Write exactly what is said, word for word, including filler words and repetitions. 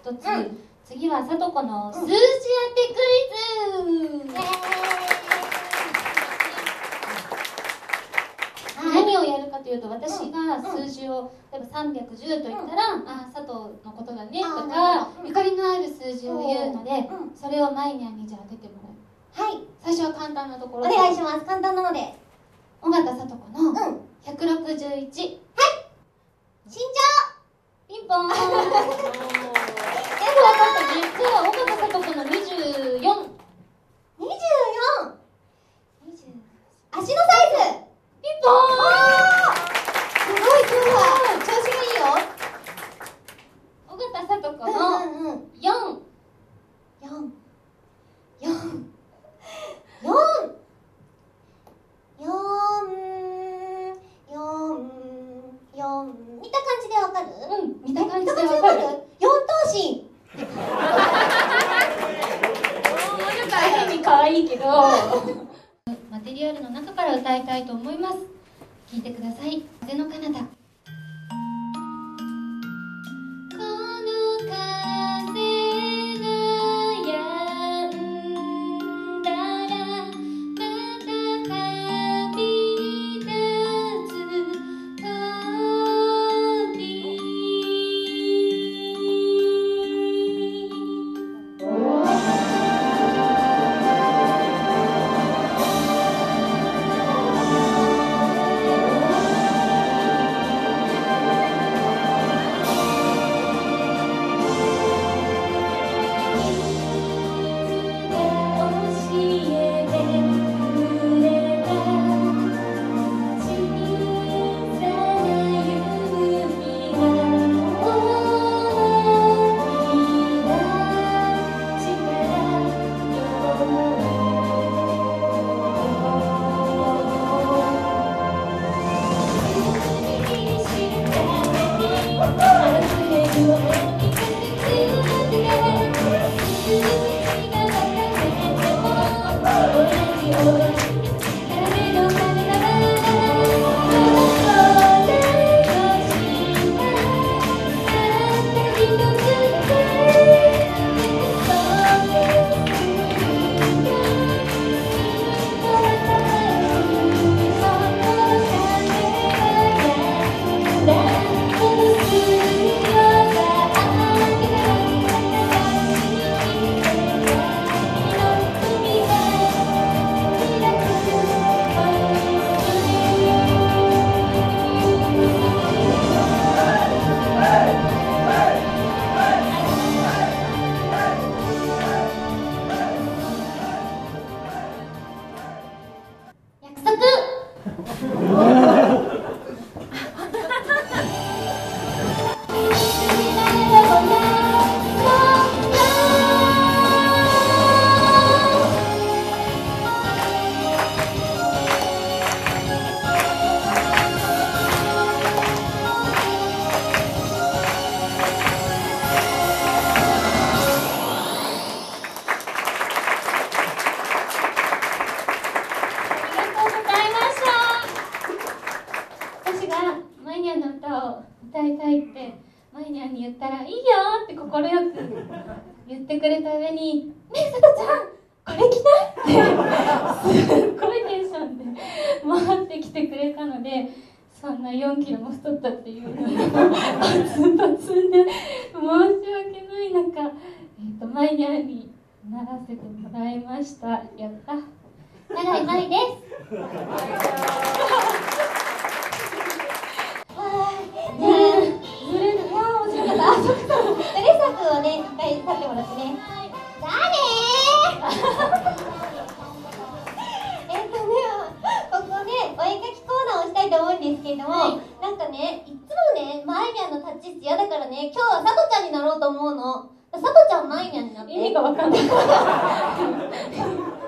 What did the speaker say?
一つ、うん、次はさとこの数字当てクイズ、うん、何をやるかというと、私が数字を例えばさんびゃくじゅうと言ったら、うん、あ、佐藤のことだねとか、うん、ゆかりのある数字を言うので、うん、それをまいにゃんにじゃあ当ててもらう。はい、最初は簡単なところでお願いします。簡単なので、尾形さと子のひゃくろくじゅういち、うん、はい、身長ピンポーンでも分かった。実は尾形さと子のにじゅうよん、にじゅうよん、足のサイズピンポーン。すごい、今日は調子がいいよ。尾形さと子のよん、よん、よん、よん、よん、よん、よん、見た感じでわかる？うん、見た感じでわかる。四頭身。もうちょっと変に可愛いけどマテリアルの中から歌いたいと思います。聴いてください。風の彼方。歌いたいってまいにゃんに言ったら「いいよ」って快く言ってくれた上に「ねえさとちゃんこれ着ない？」ってすっごいテンションで回ってきてくれたので、そんなよんキロも太ったっていうのにバツンバツンで申し訳ない中、えーとまいにゃんにならせてもらいました。やった。永井まいです。ねえ、ずれる。いやー、面白かった。あ、そっか。レサ君はね、一回立ってもらってね。じゃあねー。えっとね、ここでお絵描きコーナーをしたいと思うんですけれども、はい、なんかね、いつもね、まいにゃんの立ち位置嫌だからね、今日はさとちゃんになろうと思うの。さとちゃんまいにゃんになって。意味がわかんない。